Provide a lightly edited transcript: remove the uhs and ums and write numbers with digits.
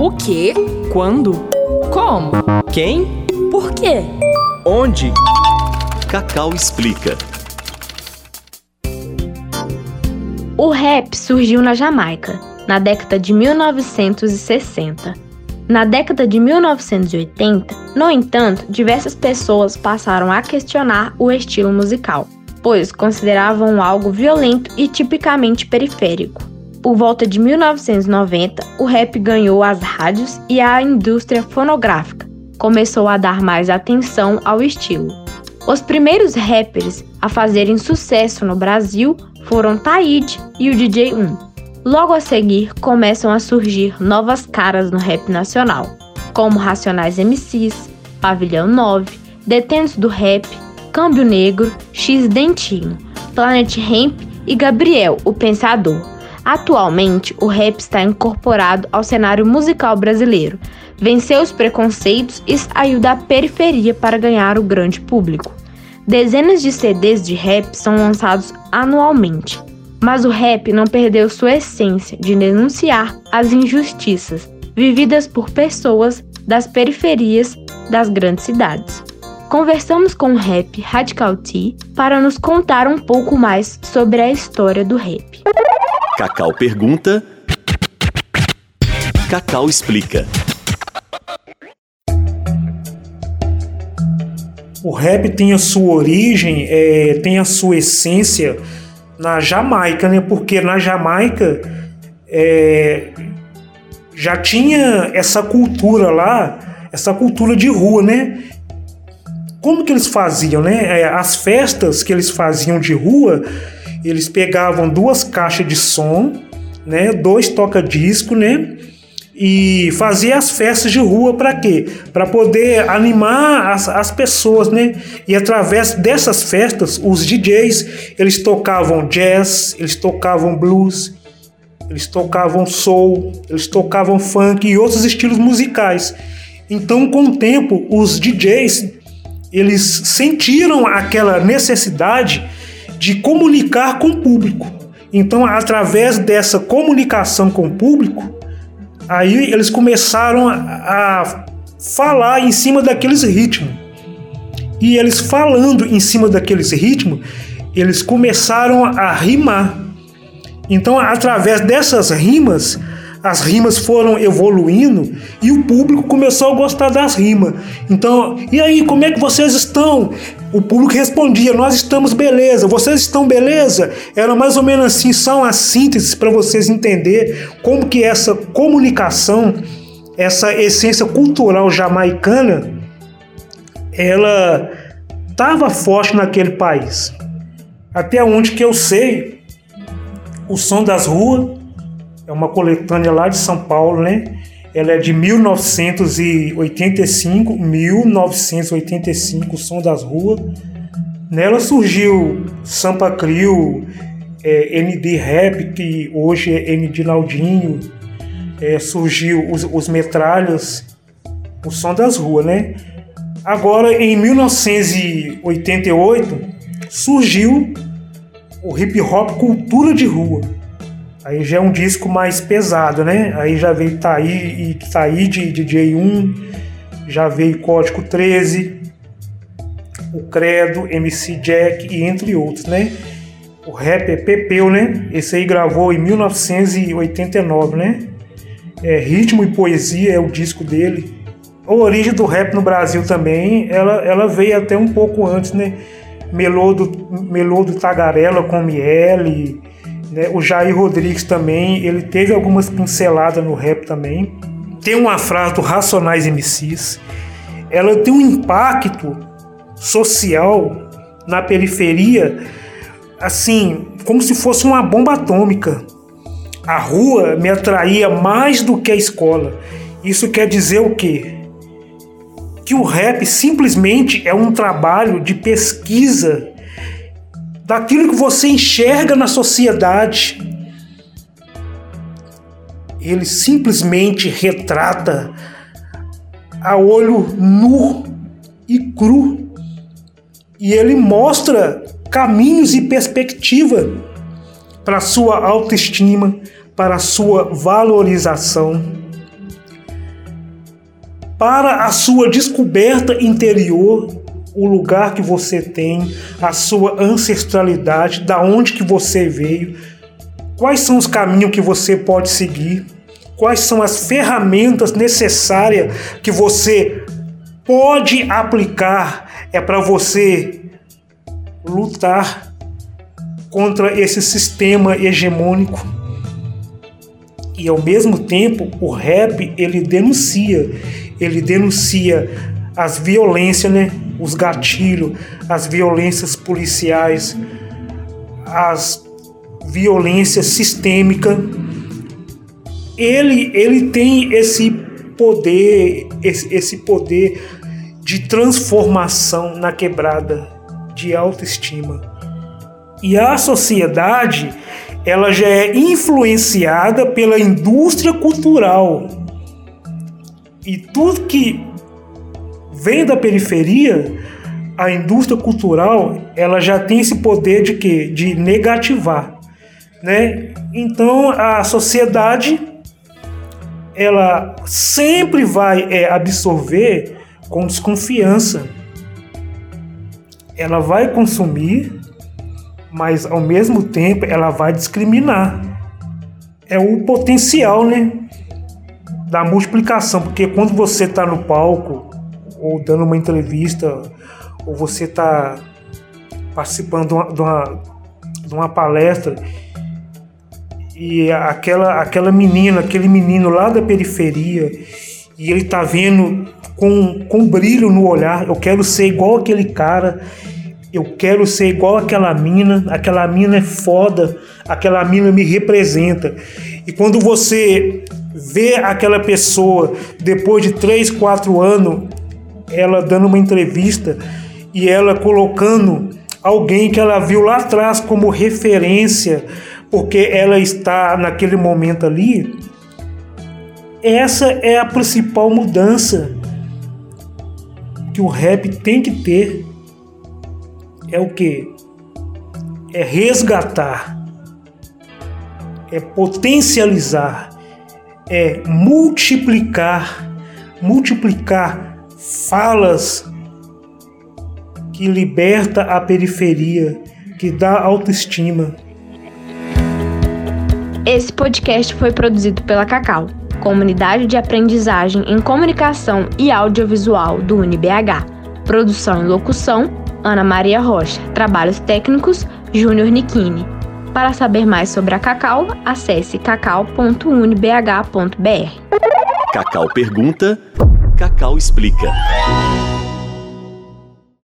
O quê? Quando? Como? Quem? Por quê? Onde? Cacau explica. O rap surgiu na Jamaica, na década de 1960. Na década de 1980, no entanto, diversas pessoas passaram a questionar o estilo musical, pois consideravam algo violento e tipicamente periférico. Por volta de 1990, o rap ganhou as rádios e a indústria fonográfica começou a dar mais atenção ao estilo. Os primeiros rappers a fazerem sucesso no Brasil foram Taíde e o DJ 1. Logo a seguir, começam a surgir novas caras no rap nacional, como Racionais MCs, Pavilhão 9, Detentos do Rap, Câmbio Negro, X Dentinho, Planet Hemp e Gabriel, o Pensador. Atualmente, o rap está incorporado ao cenário musical brasileiro, venceu os preconceitos e saiu da periferia para ganhar o grande público. Dezenas de CDs de rap são lançados anualmente, mas o rap não perdeu sua essência de denunciar as injustiças vividas por pessoas das periferias das grandes cidades. Conversamos com o rap Radical T para nos contar um pouco mais sobre a história do rap. Cacau pergunta, Cacau explica. O rap tem a sua origem, tem a sua essência na Jamaica, né? Porque na Jamaica já tinha essa cultura lá, essa cultura de rua, né? Como que eles faziam, né? As festas que eles faziam de rua, eles pegavam 2 caixas de som, né? 2 toca-disco, né? E fazia as festas de rua para quê? Para poder animar as pessoas, né? E através dessas festas, os DJs, eles tocavam jazz, eles tocavam blues, eles tocavam soul, eles tocavam funk e outros estilos musicais. Então, com o tempo, os DJs, eles sentiram aquela necessidade de comunicar com o público. Então, através dessa comunicação com o público, aí eles começaram a falar em cima daqueles ritmos. E eles falando em cima daqueles ritmos, eles começaram a rimar. Então, através dessas rimas, as rimas foram evoluindo e o público começou a gostar das rimas. Então, e aí, como é que vocês estão? O público respondia, nós estamos beleza, vocês estão beleza? Era mais ou menos assim, são as sínteses para vocês entenderem como que essa comunicação, essa essência cultural jamaicana, ela estava forte naquele país. Até onde que eu sei, o Som das Ruas é uma coletânea lá de São Paulo, né? Ela é de 1985, o Som das Ruas. Nela surgiu Sampa Crio, ND Rap, que hoje é ND Naldinho, surgiu os Metralhas, o Som das Ruas, né? Agora, em 1988, surgiu o Hip Hop Cultura de Rua. Aí já é um disco mais pesado, né? Aí já veio Taíde, DJ 1, já veio Código 13, o Credo, MC Jack e entre outros, né? O rap é Pepeu, né? Esse aí gravou em 1989, né? Ritmo e Poesia é o disco dele. A origem do rap no Brasil também, ela veio até um pouco antes, né? Melô do Tagarela com Miele, né? O Jair Rodrigues também, ele teve algumas pinceladas no rap também. Tem uma frase do Racionais MCs, ela tem um impacto social na periferia, assim, como se fosse uma bomba atômica. A rua me atraía mais do que a escola. Isso quer dizer o quê? Que o rap simplesmente é um trabalho de pesquisa daquilo que você enxerga na sociedade. Ele simplesmente retrata a olho nu e cru. E ele mostra caminhos e perspectiva para a sua autoestima, para a sua valorização. para a sua descoberta interior, o lugar que você tem, a sua ancestralidade, da onde que você veio, quais são os caminhos que você pode seguir, quais são as ferramentas necessárias que você pode aplicar para você lutar contra esse sistema hegemônico. E ao mesmo tempo, o rap, ele denuncia as violências, né? Os gatilhos, as violências policiais, as violências sistêmicas. Ele tem esse poder de transformação na quebrada, de autoestima. E a sociedade, ela já é influenciada pela indústria cultural. E tudo que vem da periferia, a indústria cultural, ela já tem esse poder de quê? De negativar, né? Então a sociedade, ela sempre vai absorver com desconfiança. Ela vai consumir, mas ao mesmo tempo ela vai discriminar. É o potencial, né, da multiplicação, porque quando você está no palco ou dando uma entrevista, ou você está participando de uma palestra, e aquela menina, aquele menino lá da periferia, e ele está vendo com brilho no olhar, eu quero ser igual aquele cara, eu quero ser igual aquela mina é foda, aquela mina me representa. E quando você vê aquela pessoa, depois de 3, 4 anos, ela dando uma entrevista e ela colocando alguém que ela viu lá atrás como referência, porque ela está naquele momento ali, essa é a principal mudança que o rap tem que ter. É o quê? É resgatar, é potencializar, é multiplicar falas que liberta a periferia, que dá autoestima. Esse podcast foi produzido pela Cacau, Comunidade de Aprendizagem em Comunicação e Audiovisual do UniBH. Produção e locução, Ana Maria Rocha. Trabalhos técnicos, Júnior Nichini. Para saber mais sobre a Cacau, acesse cacau.unibh.br. Cacau pergunta, Cacau explica.